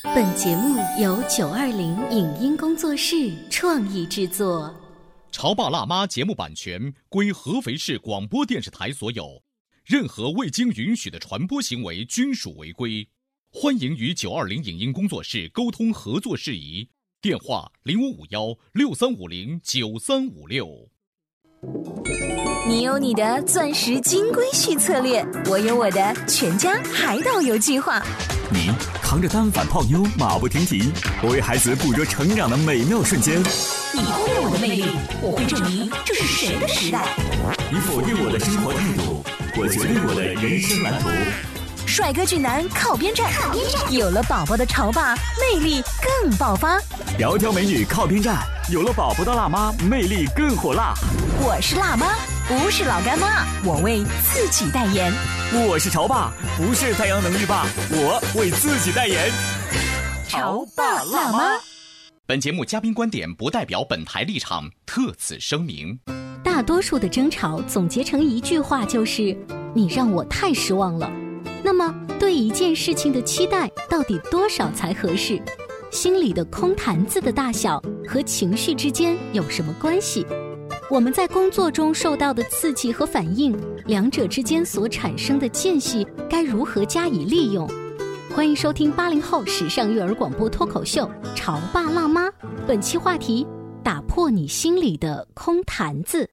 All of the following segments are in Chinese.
本节目由920影音工作室创意制作。 潮爸辣妈节目版权归合肥市广播电视台所有，任何未经允许的传播行为均属违规。欢迎与920影音工作室沟通合作事宜，电话055163509356。 你有你的钻石金龟婿策略，我有我的全家海岛游计划。 你扛着单反泡妞马不停蹄，我为孩子捕捉成长的美妙瞬间。 你忽略我的魅力，我会证明这是谁的时代。 你否定我的生活态度，我决定我的人生蓝图。 帅哥俊男靠边站，有了宝宝的潮爸魅力更爆发。 窈窕美女靠边站，有了宝宝的辣妈魅力更火辣。 我是辣妈，不是老干妈，我为自己代言。 我是潮爸，不是太阳能浴霸，我为自己代言。 潮爸辣妈。 本节目嘉宾观点不代表本台立场，特此声明。 大多数的争吵总结成一句话，就是你让我太失望了。那么对一件事情的期待到底多少才合适？心里的空坛子的大小和情绪之间有什么关系？我们在工作中受到的刺激和反应，两者之间所产生的间隙该如何加以利用？欢迎收听80后时尚育儿广播脱口秀《潮爸辣妈》，本期话题：打破你心里的空坛子。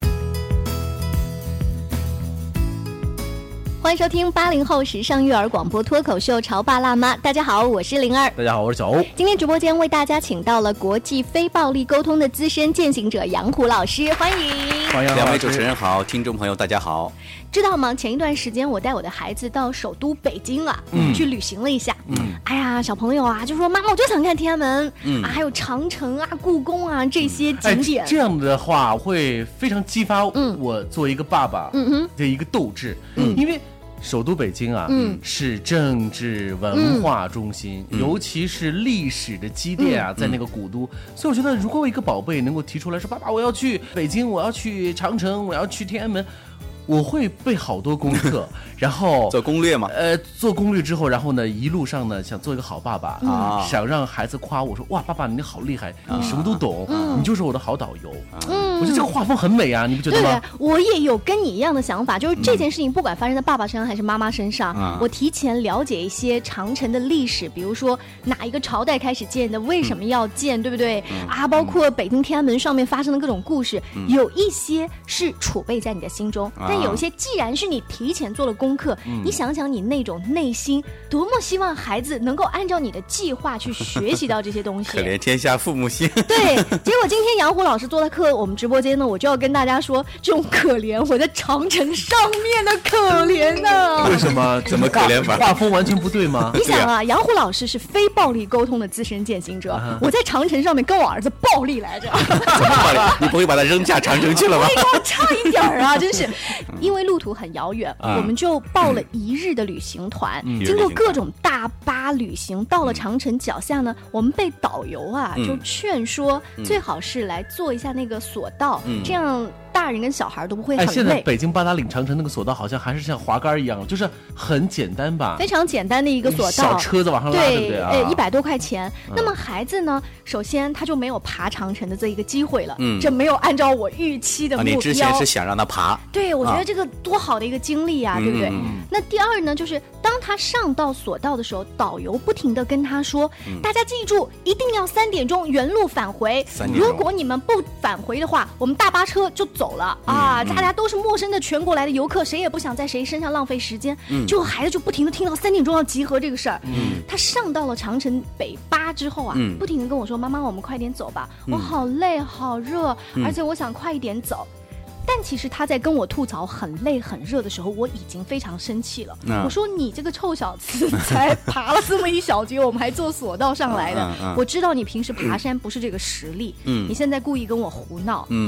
欢迎收听80后时尚育儿广播脱口秀《潮爸辣妈》。大家好，我是灵儿。 大家好，我是小欧。 今天直播间为大家请到了国际非暴力沟通的资深践行者杨虎老师，欢迎。 欢迎两位主持人好，听众朋友大家好。 知道吗？前一段时间我带我的孩子到首都北京啊，去旅行了一下。哎呀，小朋友啊，就说妈妈，我就想看天安门，还有长城啊、故宫啊这些景点。 这样的话会非常激发我作为一个爸爸的一个斗志，因为首都北京啊，是政治文化中心，尤其是历史的积淀啊，在那个古都，所以我觉得，如果一个宝贝能够提出来说，爸爸，我要去北京，我要去长城，我要去天安门。我会备好多功课，然后做攻略嘛。 做攻略之后，然后呢，一路上呢，想做一个好爸爸想让孩子夸我说，哇，爸爸你好厉害，你什么都懂，你就是我的好导游。我觉得这个画风很美啊，你不觉得吗？ 对，我也有跟你一样的想法，就是这件事情不管发生在爸爸身上还是妈妈身上，我提前了解一些长城的历史，比如说哪一个朝代开始建的，为什么要建，对不对？包括北京天安门上面发生的各种故事，有一些是储备在你的心中。但有一些既然是你提前做了功课，你想想你那种内心多么希望孩子能够按照你的计划去学习到这些东西。 可怜天下父母心。 对，结果今天杨虎老师做的课，我们直播间呢，我就要跟大家说，这种可怜，我在长城上面的可怜呢。 为什么？ 怎么可怜法？ 画风完全不对吗？ 你想啊，杨虎老师是非暴力沟通的资深践行者，我在长城上面跟我儿子暴力来着。 怎么暴力？你不会把他扔下长城去了吗？ 我差一点啊，真是。因为路途很遥远，我们就报了1日的旅行团，经过各种大巴旅行，到了长城脚下呢，我们被导游就劝说，最好是来做一下那个索道，这样大人跟小孩都不会很累。 现在北京八达岭长城那个索道好像还是像滑竿一样，就是很简单吧？ 非常简单的一个索道， 小车子往上拉，对不对啊 ？100多块钱。那么孩子呢，首先他就没有爬长城的这一个机会了，这没有按照我预期的目标。 你之前是想让他爬？ 对，我觉得这个多好的一个经历啊，对不对？那第二呢，就是当他上到索道的时候，导游不停地跟他说，大家记住，一定要3点钟原路返回。如果你们不返回的话，我们大巴车就走了啊！大家都是陌生的全国来的游客，谁也不想在谁身上浪费时间。就孩子就不停地听到3点钟要集合这个事儿。他上到了长城北巴之后啊，不停地跟我说，妈妈，我们快点走吧，我好累好热，而且我想快一点走。但其实他在跟我吐槽很累很热的时候，我已经非常生气了。我说你这个臭小子，才爬了这么一小节，我们还坐索道上来的。我知道你平时爬山不是这个实力，你现在故意跟我胡闹。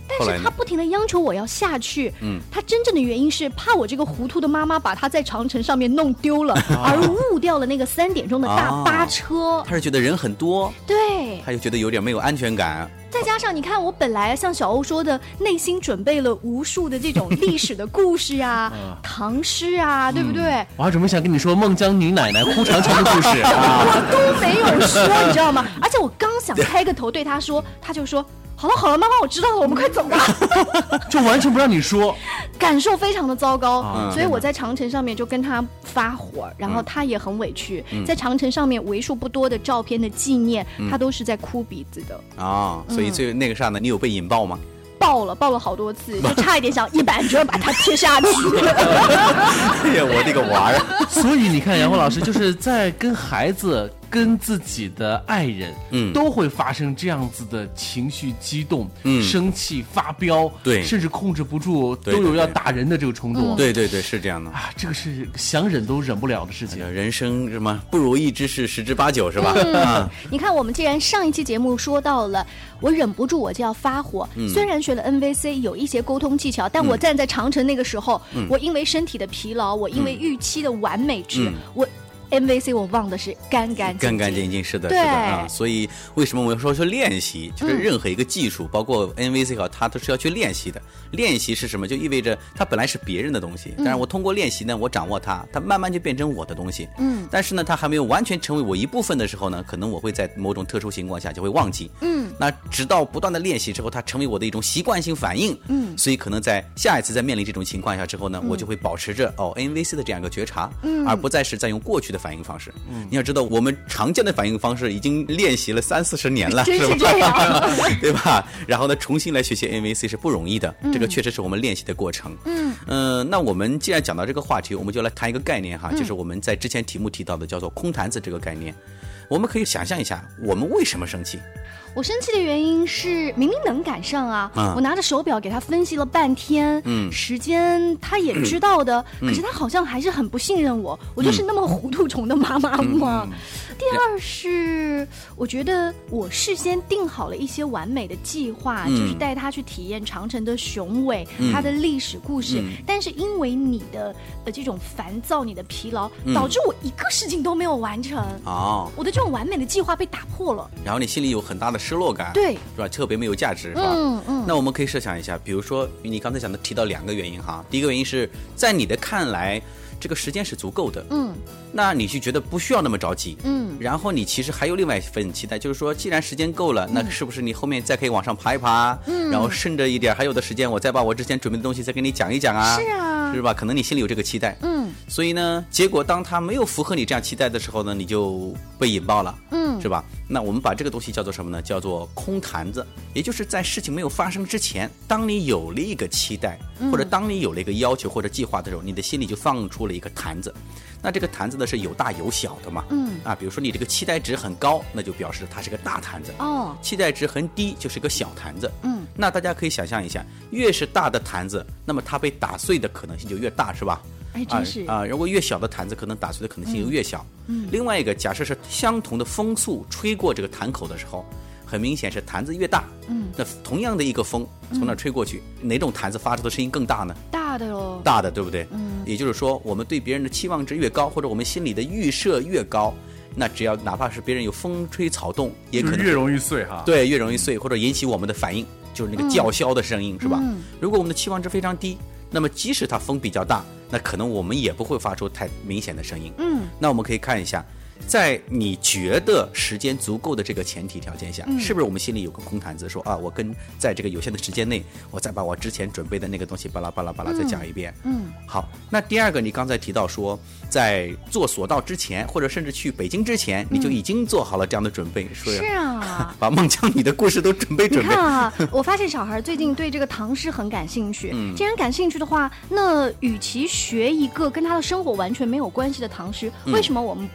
但是他不停的央求我要下去，他真正的原因是怕我这个糊涂的妈妈把他在长城上面弄丢了，而误掉了那个3点钟的大巴车。 他是觉得人很多， 对， 他又觉得有点没有安全感。 再加上你看，我本来像小欧说的，内心准备了无数的这种历史的故事啊、唐诗啊，对不对？ 我还准备想跟你说孟姜女奶奶哭长城的故事我都没有说，你知道吗？而且我刚想开个头对他说，他就说。好了好了，妈妈，我知道了，我们快走吧。 就完全不让你说， 感受非常的糟糕，所以我在长城上面就跟他发火，然后他也很委屈，在长城上面为数不多的照片的纪念，他都是在哭鼻子的所以最那个啥呢，你有被引爆吗？ 爆了好多次，就差一点想一板就要把它贴下去。 哎呀，我这个娃儿！ 所以你看，杨红老师就是在跟孩子、跟自己的爱人，都会发生这样子的情绪激动、生气、发飙， 对， 甚至控制不住，都有要打人的这个冲动。 对，是这样的啊，这个是想忍都忍不了的事情。 人生什么不如意之事十之八九，是吧？ 你看，我们既然上一期节目说到了，我忍不住我就要发火，虽然学了 NVC 有一些沟通技巧，但我站在长城那个时候，我因为身体的疲劳，我因为预期的完美制，我 NVC 我忘的是干干净净， 是的，是的啊。所以为什么我要说练习？就是任何一个技术，包括 NVC 好，它都是要去练习的。练习是什么？就意味着它本来是别人的东西，但是我通过练习呢，我掌握它，它慢慢就变成我的东西。但是呢，它还没有完全成为我一部分的时候呢，可能我会在某种特殊情况下就会忘记。那直到不断的练习之后，它成为我的一种习惯性反应。所以可能在下一次在面临这种情况下之后呢，我就会保持着NVC 的这样一个觉察，而不再是在用过去的反应方式。你要知道，我们常见的反应方式已经练习了30-40年了， 真是这样， 对吧？然后呢，重新来学习 NVC 是不容易的，这个确实是我们练习的过程。那我们既然讲到这个话题，我们就来谈一个概念哈，就是我们在之前题目提到的叫做空坛子这个概念。我们可以想象一下，我们为什么生气？ 我生气的原因是明明能赶上啊，我拿着手表给他分析了半天，时间他也知道的，可是他好像还是很不信任我，我就是那么糊涂虫的妈妈吗？第二是我觉得我事先定好了一些完美的计划，就是带他去体验长城的雄伟，它的历史故事，但是因为你的这种烦躁，你的疲劳，导致我一个事情都没有完成，我的这种完美的计划被打破了， 然后你心里有很大的失落感， 对， 是吧？特别没有价值，是吧？那我们可以设想一下，比如说你刚才提到2个原因哈，第一个原因是在你的看来，这个时间是足够的，那你就觉得不需要那么着急，然后你其实还有另外一份期待，就是说既然时间够了，那是不是你后面再可以往上爬一爬，然后剩着一点还有的时间，我再把我之前准备的东西再跟你讲一讲啊， 是啊， 是吧？可能你心里有这个期待，所以呢，结果当他没有符合你这样期待的时候呢，你就被引爆了，是吧？那我们把这个东西叫做什么呢？叫做空坛子，也就是在事情没有发生之前，当你有了一个期待，或者当你有了一个要求或者计划的时候，你的心里就放出了一个坛子。那这个坛子呢是有大有小的嘛，比如说你这个期待值很高，那就表示它是个大坛子，期待值很低就是个小坛子，那大家可以想象一下，越是大的坛子，那么它被打碎的可能性就越大，是吧？ 真是如果越小的坛子，可能打碎的可能性就越小。另外一个，假设是相同的风速吹过这个坛口的时候，很明显是坛子越大，那同样的一个风从那吹过去，哪种坛子发出的声音更大呢？ 大的喽， 大的，对不对？也就是说，我们对别人的期望值越高，或者我们心里的预设越高，那只要哪怕是别人有风吹草动，也可能越容易碎哈。 对，越容易碎，或者引起我们的反应，就是那个叫嚣的声音，是吧？如果我们的期望值非常低，那么即使它风比较大，那可能我们也不会发出太明显的声音。那我们可以看一下，在你觉得时间足够的这个前提条件下，是不是我们心里有个空坛子，说我跟在这个有限的时间内，我再把我之前准备的那个东西巴拉巴拉巴拉再讲一遍。好，那第二个，你刚才提到说，在做索道之前，或者甚至去北京之前，你就已经做好了这样的准备，说是啊， 把孟姜女的故事都准备。 你看啊，我发现小孩最近对这个唐诗很感兴趣。既然感兴趣的话，那与其学一个跟他的生活完全没有关系的唐诗，为什么我们不在长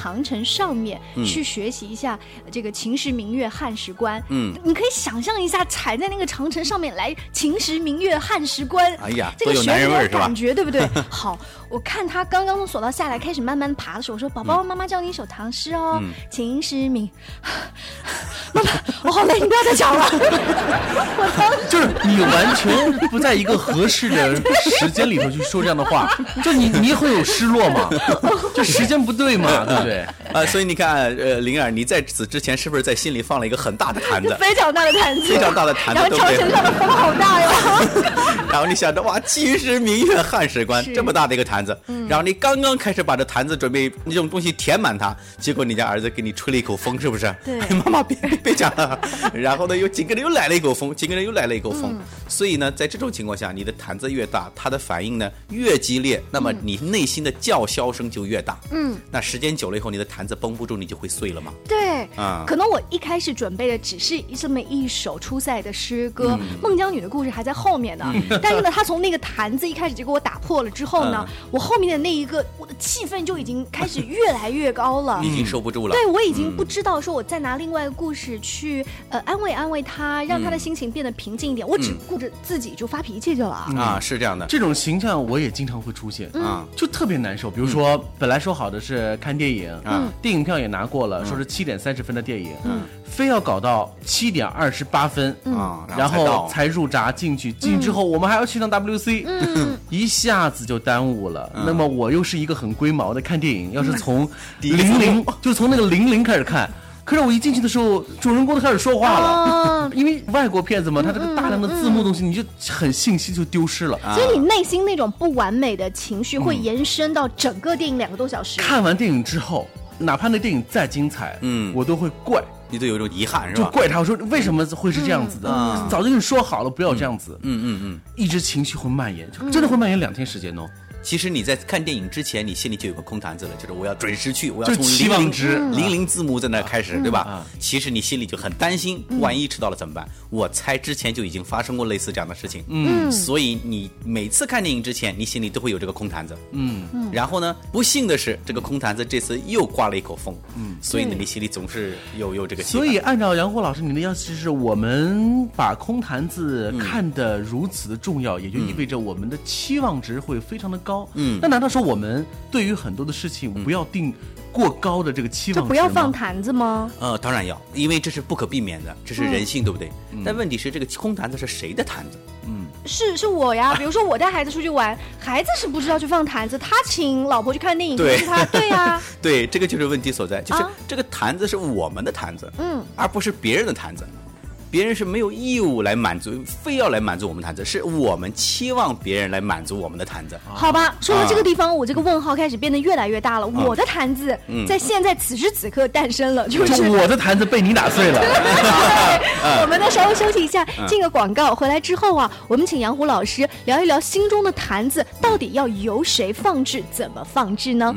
长城上面去学习一下这个秦时明月汉时关。你可以想象一下，踩在那个长城上面来秦时明月汉时关， 哎呀， 这个有男人味儿是吧？ 感觉对不对？好，我看他刚刚从索道下来，开始慢慢爬的时候，我说：“宝宝，妈妈教你一首唐诗哦，秦时明。”妈妈，我好累，你不要再讲了。 就是你完全不在一个合适的时间里头去说这样的话，就你也会有失落嘛，就时间不对嘛，对不对？ 所以你看，灵儿，你在此之前是不是在心里放了一个很大的坛子？ 非常大的坛子， 非常大的坛子， 然后长城上的风好大哟。 然后你想着哇，秦时明月汉时关，这么大的一个坛子，然后你刚刚开始把这坛子准备那种东西填满它，结果你家儿子给你吹了一口风，是不是？ 对， 妈妈别讲了。然后呢，又紧跟着又来了一口风，紧跟着又来了一口风。所以呢，在这种情况下，你的坛子越大，它的反应呢越激烈，那么你内心的叫嚣声就越大。那时间久了以后，你的坛子绷不住，你就会碎了嘛。 对，可能我一开始准备的只是这么一首出塞的诗歌，孟姜女的故事还在后面呢。但是呢，他从那个坛子一开始就给我打破了之后呢，我后面的那一个，我的气氛就已经开始越来越高了， 已经受不住了。 对，我已经不知道说我再拿另外一个故事去安慰他，让他的心情变得平静一点。我只顾着自己就发脾气去了啊，是这样的。 这种形象我也经常会出现就特别难受。比如说，本来说好的是看电影电影票也拿过了，说是7点30分的电影，非要搞到7点28分然后才入闸进去之后我们还要去趟 WC，一下子就耽误了。那么我又是一个很龟毛的看电影，要是从就从那个00开始看。可是我一进去的时候，主人公都开始说话了，因为外国片子嘛，它这个大量的字幕东西，你就很信息就丢失了。 所以你内心那种不完美的情绪会延伸到整个电影2个多小时。 看完电影之后，哪怕那电影再精彩，我都会怪。 你都有一种遗憾是吧？ 就怪他，我说为什么会是这样子的？早就跟你说好了，不要这样子。一直情绪会蔓延，真的会蔓延2天时间哦。 其实你在看电影之前，你心里就有个空坛子了，就是我要准时去，我要从期望值 00字幕在那开始，对吧？其实你心里就很担心，万一迟到了怎么办？我猜之前就已经发生过类似这样的事情，所以你每次看电影之前，你心里都会有这个空坛子，然后呢，不幸的是这个空坛子这次又刮了一口风，所以呢，你心里总是有这个。 所以按照杨虎老师你的意思是，我们把空坛子看得如此的重要，也就意味着我们的期望值会非常的高。那难道说我们对于很多的事情不要定过高的这个期望值吗？ 就不要放坛子吗？ 当然要，因为这是不可避免的，这是人性，对不对？但问题是这个空坛子是谁的坛子？ 是我呀。比如说我带孩子出去玩，孩子是不知道去放坛子，他请老婆去看电影，是他对呀。 对，这个就是问题所在，就是这个坛子是我们的坛子，而不是别人的坛子。别人是没有义务来满足，非要来满足我们坛子，是我们期望别人来满足我们的坛子。 好吧，说到这个地方，我这个问号开始变得越来越大了。我的坛子在现在此时此刻诞生了，就是我的坛子被你打碎了。 我们呢稍微休息一下，进个广告，回来之后啊，我们请杨虎老师聊一聊心中的坛子到底要由谁放置，怎么放置呢？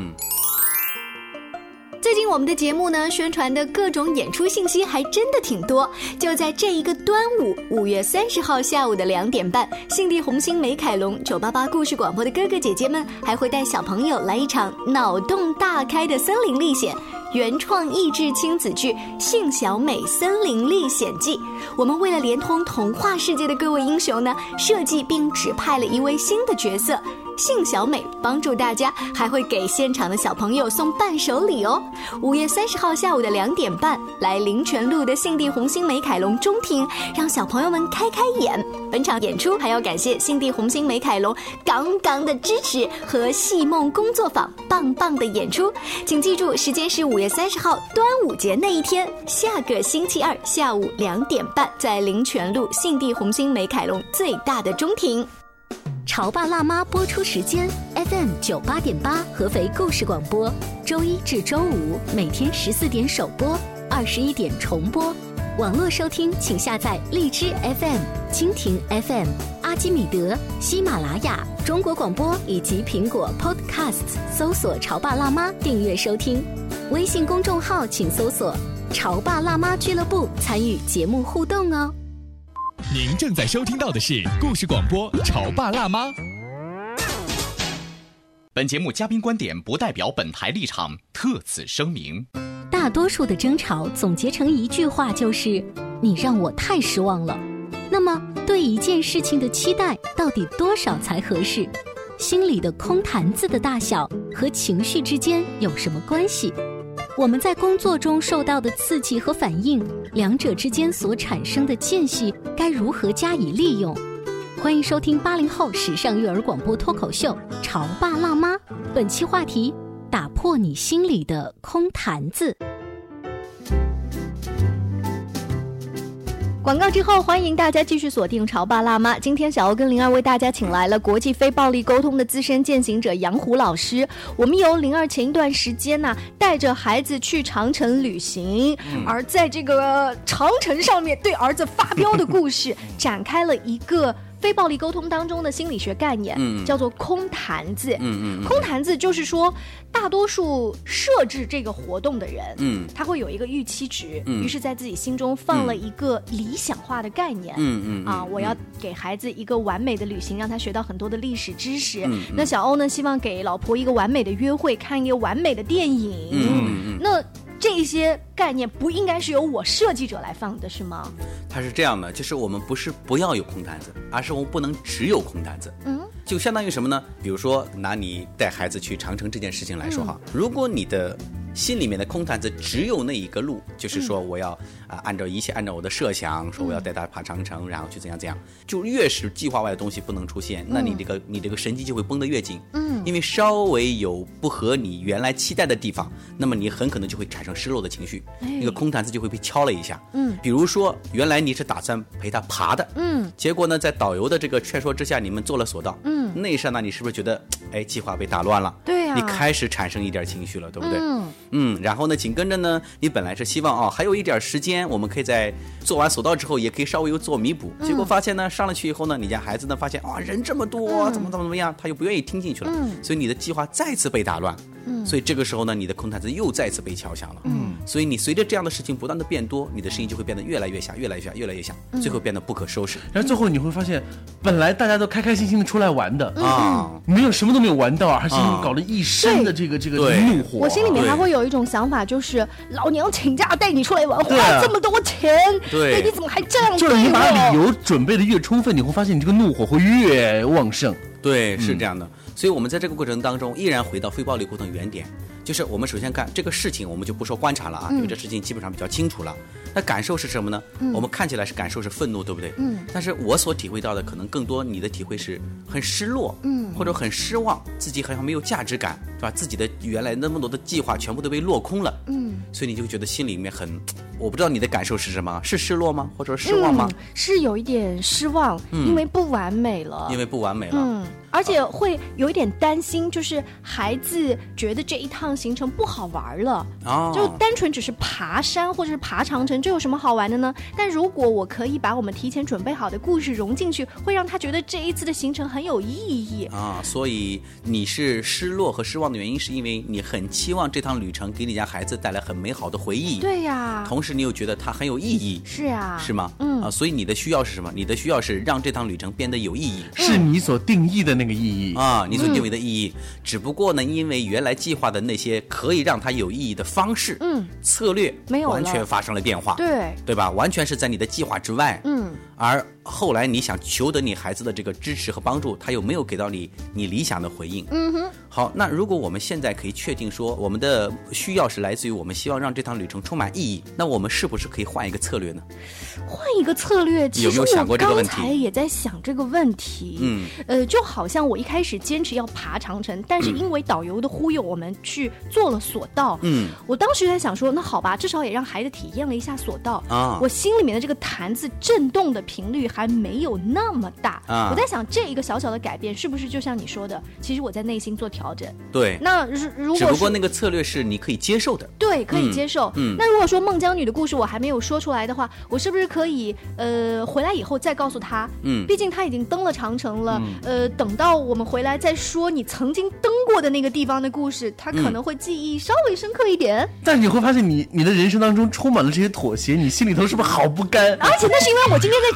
最近我们的节目呢，宣传的各种演出信息还真的挺多。就在这一个端午5月30号下午的2点半，信地红星美凯龙988故事广播的哥哥姐姐们还会带小朋友来一场脑洞大开的森林历险，原创益智亲子剧《幸小美森林历险记》。我们为了连通童话世界的各位英雄呢，设计并指派了一位新的角色幸小美，帮助大家，还会给现场的小朋友送伴手礼哦。5月30号下午的2点半，来林泉路的信地红星美凯龙中庭，让小朋友们开眼。本场演出还要感谢信地红星美凯龙杠杠的支持和戏梦工作坊棒棒的演出。请记住，时间是5月30号端午节那一天，下个星期二下午2点半，在林泉路信地红星美凯龙最大的中庭。 潮爸辣妈播出时间 FM 98.8合肥故事广播，周一至周五每天14点首播，21点重播。网络收听请下载荔枝 FM、蜻蜓 FM、阿基米德、喜马拉雅、中国广播以及苹果 Podcasts， 搜索潮爸辣妈订阅收听。微信公众号请搜索潮爸辣妈俱乐部，参与节目互动哦。 您正在收听到的是故事广播《潮爸辣妈》。 本节目嘉宾观点不代表本台立场，特此声明。 大多数的争吵总结成一句话就是你让我太失望了。那么对一件事情的期待到底多少才合适？心里的空坛子的大小和情绪之间有什么关系？我们在工作中受到的刺激和反应，两者之间所产生的间隙该如何加以利用？欢迎收听80后时尚育儿广播脱口秀《潮爸辣妈》，本期话题：打破你心里的空坛子。 广告之后，欢迎大家继续锁定潮爸辣妈。今天小欧跟灵儿为大家请来了国际非暴力沟通的资深践行者杨虎老师。我们由灵儿前一段时间呢，带着孩子去长城旅行，而在这个长城上面对儿子发飙的故事，展开了一个非暴力沟通当中的心理学概念，叫做空坛子。空坛子就是说，大多数设置这个活动的人，他会有一个预期值，于是在自己心中放了一个理想化的概念，我要给孩子一个完美的旅行，让他学到很多的历史知识。那小欧呢，希望给老婆一个完美的约会，看一个完美的电影。那这些概念不应该是由我设计者来放的，是吗？ 它是这样的，就是我们不是不要有空坛子，而是我们不能只有空坛子。就相当于什么呢？比如说拿你带孩子去长城这件事情来说哈，如果你的心里面的空坛子只有那一个路，就是说我要按照我的设想，说我要带他爬长城，然后去怎样怎样，就越是计划外的东西不能出现，那你这个神经就会绷得越紧。因为稍微有不合你原来期待的地方，那么你很可能就会产生失落的情绪，那个空坛子就会被敲了一下。比如说原来你是打算陪他爬的，结果呢在导游的这个劝说之下，你们做了索道，那一刹那你是不是觉得计划被打乱了？对啊，你开始产生一点情绪了，对不对？然后呢紧跟着呢，你本来是希望还有一点时间，我们可以在做完索道之后也可以稍微有做弥补，结果发现呢上了去以后呢，你家孩子呢发现人这么多，怎么样，他又不愿意听进去了，所以你的计划再次被打乱，所以这个时候呢，你的空坛子又再次被敲响了。所以你随着这样的事情不断的变多，你的声音就会变得越来越响，最后变得不可收拾。 然后最后你会发现，本来大家都开开心心的出来玩的没有什么都没有玩到，而且搞了一身的这个怒火。 我心里面还会有一种想法，就是老娘请假带你出来玩，花这么多钱，对，你怎么还这样？ 就是你把理由准备的越充分，你会发现你这个怒火会越旺盛。 对，是这样的。所以我们在这个过程当中依然回到非暴力沟通原点，就是我们首先看这个事情，我们就不说观察了因为这事情基本上比较清楚了。那感受是什么呢？我们看起来是感受是愤怒，对不对？但是我所体会到的可能更多，你的体会是很失落，或者很失望，自己好像没有价值感，对吧？自己的原来那么多的计划全部都被落空了，所以你就觉得心里面很，我不知道你的感受是什么，是失落吗？或者失望吗？ 是有一点失望，因为不完美了。而且会有一点担心，就是孩子觉得这一趟行程不好玩了，就单纯只是爬山或者是爬长城，这有什么好玩的呢？但如果我可以把我们提前准备好的故事融进去，会让他觉得这一次的行程很有意义所以你是失落和失望的原因，是因为你很期望这趟旅程给你家孩子带来很美好的回忆。 对呀， 同时你又觉得它很有意义。 是啊， 是吗？所以你的需要是什么？你的需要是让这趟旅程变得有意义， 是你所定义的那个意义你所定位的意义。只不过呢，因为原来计划的那些可以让它有意义的方式、策略没有完全发生了变化，对吧？完全是在你的计划之外。而后来你想求得你孩子的这个支持和帮助，他又没有给到你理想的回应。好，那如果我们现在可以确定说我们的需要是来自于我们希望让这趟旅程充满意义，那我们是不是可以换一个策略呢？ 换一个策略，其实我刚才也在想这个问题。就好像我一开始坚持要爬长城，但是因为导游的忽悠，我们去做了索道。我当时在想说，那好吧，至少也让孩子体验了一下索道。我心里面的这个坛子震动的频率还没有那么大。我在想，这一个小小的改变，是不是就像你说的，其实我在内心做调整。 对。 那如果只不过那个策略是你可以接受的。 对，可以接受。那如果说孟姜女的故事我还没有说出来的话，我是不是可以回来以后再告诉他？毕竟他已经登了长城了。等到我们回来再说你曾经登过的那个地方的故事，他可能会记忆稍微深刻一点。 但你会发现你的人生当中充满了这些妥协，你心里头是不是好不甘？ 而且那是因为我今天在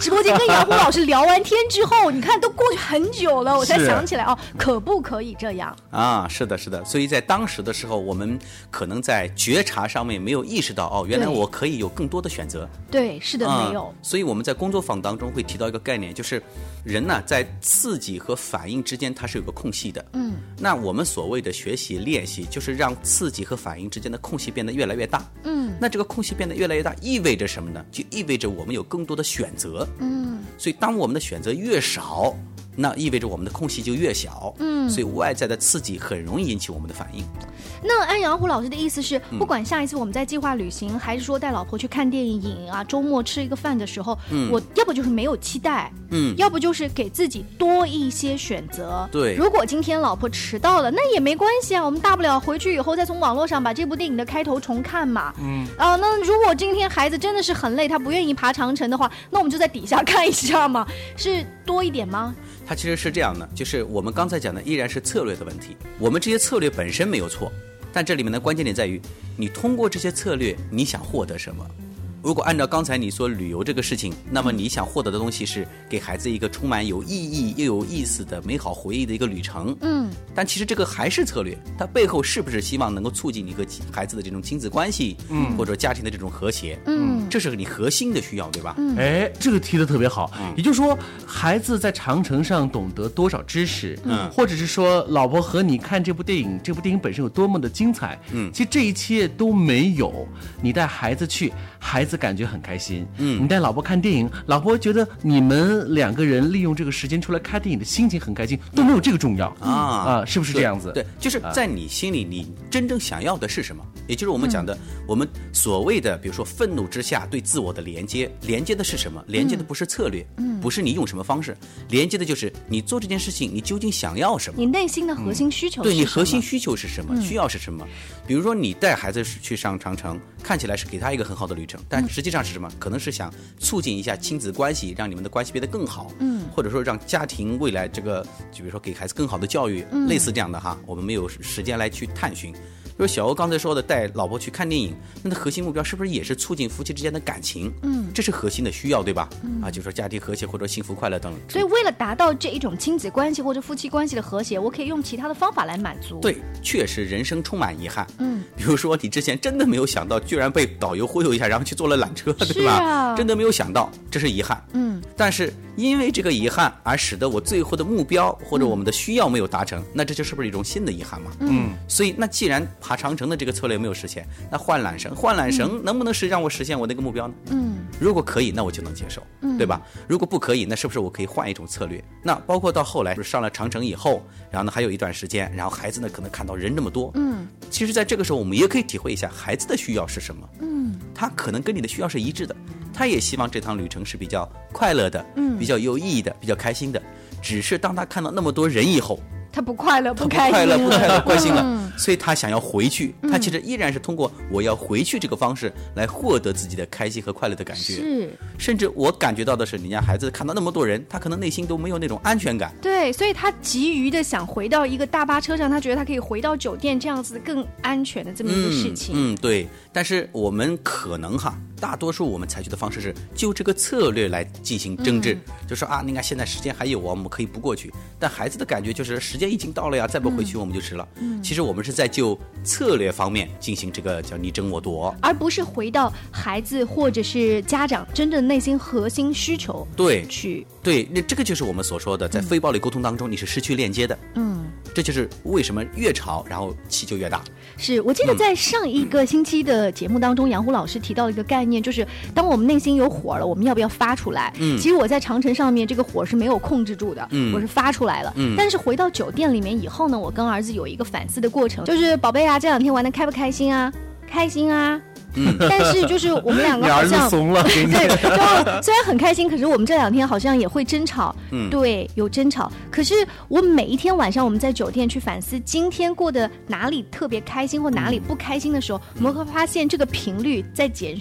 直播间跟杨虎老师聊完天之后，你看都过去很久了，我才想起来哦，可不可以这样啊？是的，是的。所以在当时的时候，我们可能在觉察上面没有意识到哦，原来我可以有更多的选择。 对，是的，没有。 所以我们在工作坊当中会提到一个概念，就是人呢在刺激和反应之间它是有个空隙的。那我们所谓的学习练习，就是让刺激和反应之间的空隙变得越来越大。那这个空隙变得越来越大，意味着什么呢？就意味着我们有更多的选择。所以当我们的选择越少，那意味着我们的空隙就越小。所以外在的刺激很容易引起我们的反应。 那按杨虎老师的意思是，不管下一次我们在计划旅行，还是说带老婆去看电影啊，周末吃一个饭的时候，我要不就是没有期待，要不就是给自己多一些选择。 对， 如果今天老婆迟到了，那也没关系啊，我们大不了回去以后再从网络上把这部电影的开头重看嘛。那如果今天孩子真的是很累，他不愿意爬长城的话，那我们就在底下看一下嘛，是多一点吗？ 它其实是这样的，就是我们刚才讲的依然是策略的问题，我们这些策略本身没有错，但这里面的关键点在于你通过这些策略你想获得什么。如果按照刚才你说旅游这个事情，那么你想获得的东西是给孩子一个充满有意义又有意思的美好回忆的一个旅程。但其实这个还是策略，它背后是不是希望能够促进你和孩子的这种亲子关系，或者家庭的这种和谐？这是你核心的需要，对吧？ 这个提得特别好。也就是说，孩子在长城上懂得多少知识，或者是说老婆和你看这部电影，这部电影本身有多么的精彩，其实这一切都没有。你带孩子去，孩子感觉很开心。你带老婆看电影，老婆觉得你们两个人利用这个时间出来看电影的心情很开心，都没有这个重要是不是这样子？ 对，就是在你心里，你真正想要的是什么？也就是我们讲的，我们所谓的，比如说愤怒之下对自我的连接的是什么？连接的不是策略，不是你用什么方式，连接的就是你做这件事情，你究竟想要什么？ 你内心的核心需求是什么？ 对，你核心需求是什么？需要是什么？比如说你带孩子去上长城，看起来是给他一个很好的旅程，但实际上是什么？可能是想促进一下亲子关系，让你们的关系变得更好，或者说让家庭未来这个，就比如说给孩子更好的教育，类似这样的哈，我们没有时间来去探寻。比如小欧刚才说的带老婆去看电影，那的核心目标是不是也是促进夫妻之间的感情？这是核心的需要，对吧？就是说家庭和谐或者幸福快乐等等。 所以为了达到这一种亲子关系或者夫妻关系的和谐，我可以用其他的方法来满足。 对，确实人生充满遗憾。比如说你之前真的没有想到，居然被导游忽悠一下，然后去坐了缆车，对吧？真的没有想到，这是遗憾。但是因为这个遗憾而使得我最后的目标或者我们的需要没有达成，那这就是不是一种新的遗憾嘛？所以那既然爬长城的这个策略没有实现，那换缆绳能不能让我实现我那个目标呢？如果可以，那我就能接受，对吧？如果不可以，那是不是我可以换一种策略？那包括到后来上了长城以后，然后呢还有一段时间，然后孩子呢可能看到人这么多，其实在这个时候我们也可以体会一下孩子的需要是什么，他可能跟你的需要是一致的，他也希望这趟旅程是比较快乐的，比较有意义的，比较开心的，只是当他看到那么多人以后， 他不快乐，不开心了，不开心了，所以他想要回去。他其实依然是通过我要回去这个方式来获得自己的开心和快乐的感觉。 是， 甚至我感觉到的是，你家孩子看到那么多人，他可能内心都没有那种安全感。 对，所以他急于的想回到一个大巴车上，他觉得他可以回到酒店这样子更安全的这么一个事情。 对。但是我们可能大多数我们采取的方式是就这个策略来进行争执，就说你看现在时间还有我们可以不过去。但孩子的感觉就是时间已经到了呀，再不回去我们就迟了。其实我们是在就策略方面进行这个叫你争我夺， 而不是回到孩子或者是家长真正内心核心需求。 对，那这个就是我们所说的在非暴力沟通当中你是失去链接的。这就是为什么越吵然后气就越大。 是，我记得在上一个星期的节目当中，杨虎老师提到了一个概念，就是当我们内心有火了，我们要不要发出来？其实我在长城上面这个火是没有控制住的，我是发出来了。但是回到酒店里面以后呢，我跟儿子有一个反思的过程，就是宝贝啊，这两天玩的开不开心啊？开心啊。但是就是我们两个好像怂了，对， 就虽然很开心，可是我们这两天好像也会争吵，对，有争吵。可是我每一天晚上我们在酒店去反思今天过得哪里特别开心或哪里不开心的时候，我们会发现这个频率在减少。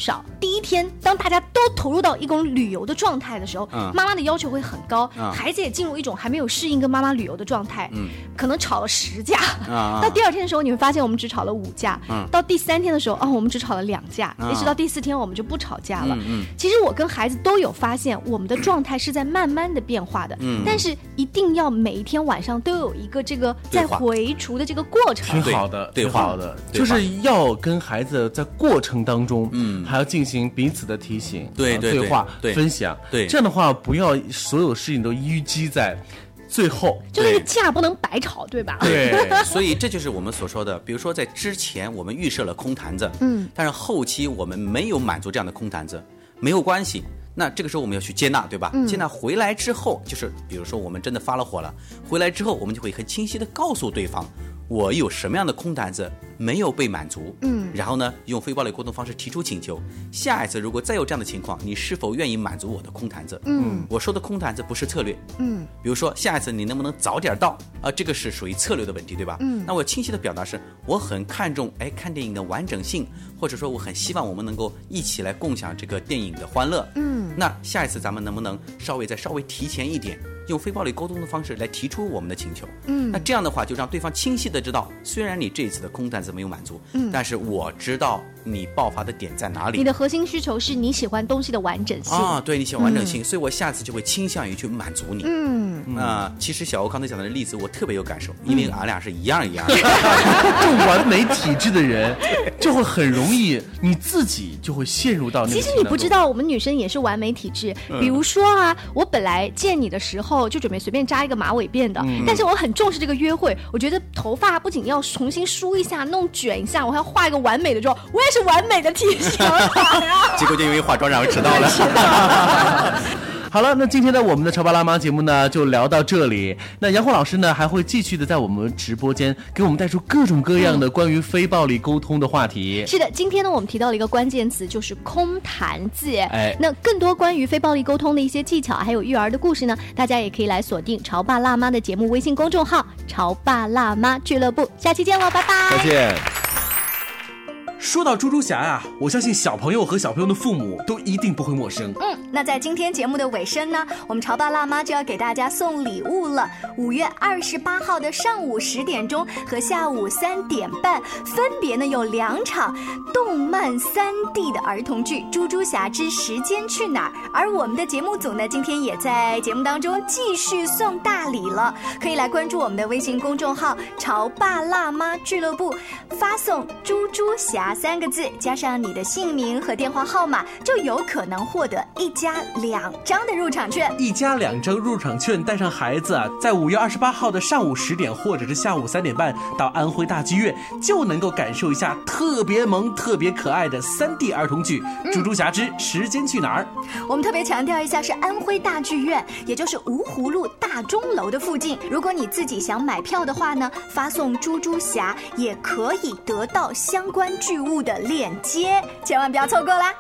第一天，当大家都投入到一种旅游的状态的时候，妈妈的要求会很高，孩子也进入一种还没有适应跟妈妈旅游的状态，可能吵了10架，到第2天的时候，你会发现我们只吵了5架，到第3天的时候，我们只吵了2架，一直到第4天我们就不吵架了。其实我跟孩子都有发现，我们的状态是在慢慢的变化的，但是一定要每一天晚上都有一个这个在回除的这个过程。 挺好的，挺好的，就是要跟孩子在过程当中，还要进行彼此的提醒、对话、分享。对，这样的话，不要所有事情都淤积在最后， 就那个架不能白吵，对吧？ 对，所以这就是我们所说的，比如说在之前我们预设了空坛子，但是后期我们没有满足这样的空坛子，没有关系。那这个时候我们要去接纳，对吧？接纳回来之后，就是比如说我们真的发了火了，回来之后我们就会很清晰的告诉对方，我有什么样的空坛子没有被满足，然后呢，用非暴力沟通方式提出请求。下一次如果再有这样的情况，你是否愿意满足我的空坛子？我说的空坛子不是策略，比如说下一次你能不能早点到啊？这个是属于策略的问题，对吧？那我清晰的表达是，我很看重看电影的完整性，或者说我很希望我们能够一起来共享这个电影的欢乐。那下一次咱们能不能稍微提前一点？用非暴力沟通的方式来提出我们的请求，那这样的话就让对方清晰的知道，虽然你这一次的空坛子没有满足，但是我知道你爆发的点在哪里。 你的核心需求是你喜欢东西的完整性啊，对，你喜欢完整性，所以我下次就会倾向于去满足你。其实小欧刚才讲的例子我特别有感受，因为俺俩是一样的。 这种完美体质的人，就会很容易你自己就会陷入到那个。 其实你不知道，我们女生也是完美体质。比如说我本来见你的时候就准备随便扎一个马尾辫的，但是我很重视这个约会，我觉得头发不仅要重新梳一下、弄卷一下，我还要化一个完美的妆，我也是完美的体型。 结果就因为化妆然后迟到了。 好了，那今天的我们的潮爸辣妈节目呢就聊到这里。那杨红老师呢还会继续的在我们直播间给我们带出各种各样的关于非暴力沟通的话题。 是的，今天呢我们提到了一个关键词，就是空坛子。那更多关于非暴力沟通的一些技巧还有育儿的故事呢，大家也可以来锁定潮爸辣妈的节目微信公众号潮爸辣妈俱乐部。下期见喽，拜拜。 再见。说到猪猪侠呀，我相信小朋友和小朋友的父母都一定不会陌生。 那在今天节目的尾声呢，我们潮爸辣妈就要给大家送礼物了。5月28号的上午10点钟和下午3点半，分别呢有2场动漫3D 的儿童剧《猪猪侠之时间去哪儿》，而我们的节目组呢，今天也在节目当中继续送大礼了，可以来关注我们的微信公众号潮爸辣妈俱乐部，发送猪猪侠3个字加上你的姓名和电话号码，就有可能获得1家2张的入场券。 1家2张入场券，带上孩子在5月28号的上午10点或者是下午3点半到安徽大剧院，就能够感受一下特别萌特别可爱的3D 儿童剧《猪猪侠之时间去哪儿》。 我们特别强调一下，是安徽大剧院，也就是芜湖路大钟楼的附近。如果你自己想买票的话呢，发送猪猪侠也可以得到相关剧务的链接，千万不要错过啦。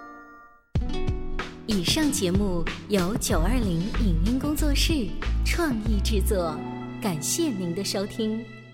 以上节目由920影音工作室创意制作，感谢您的收听。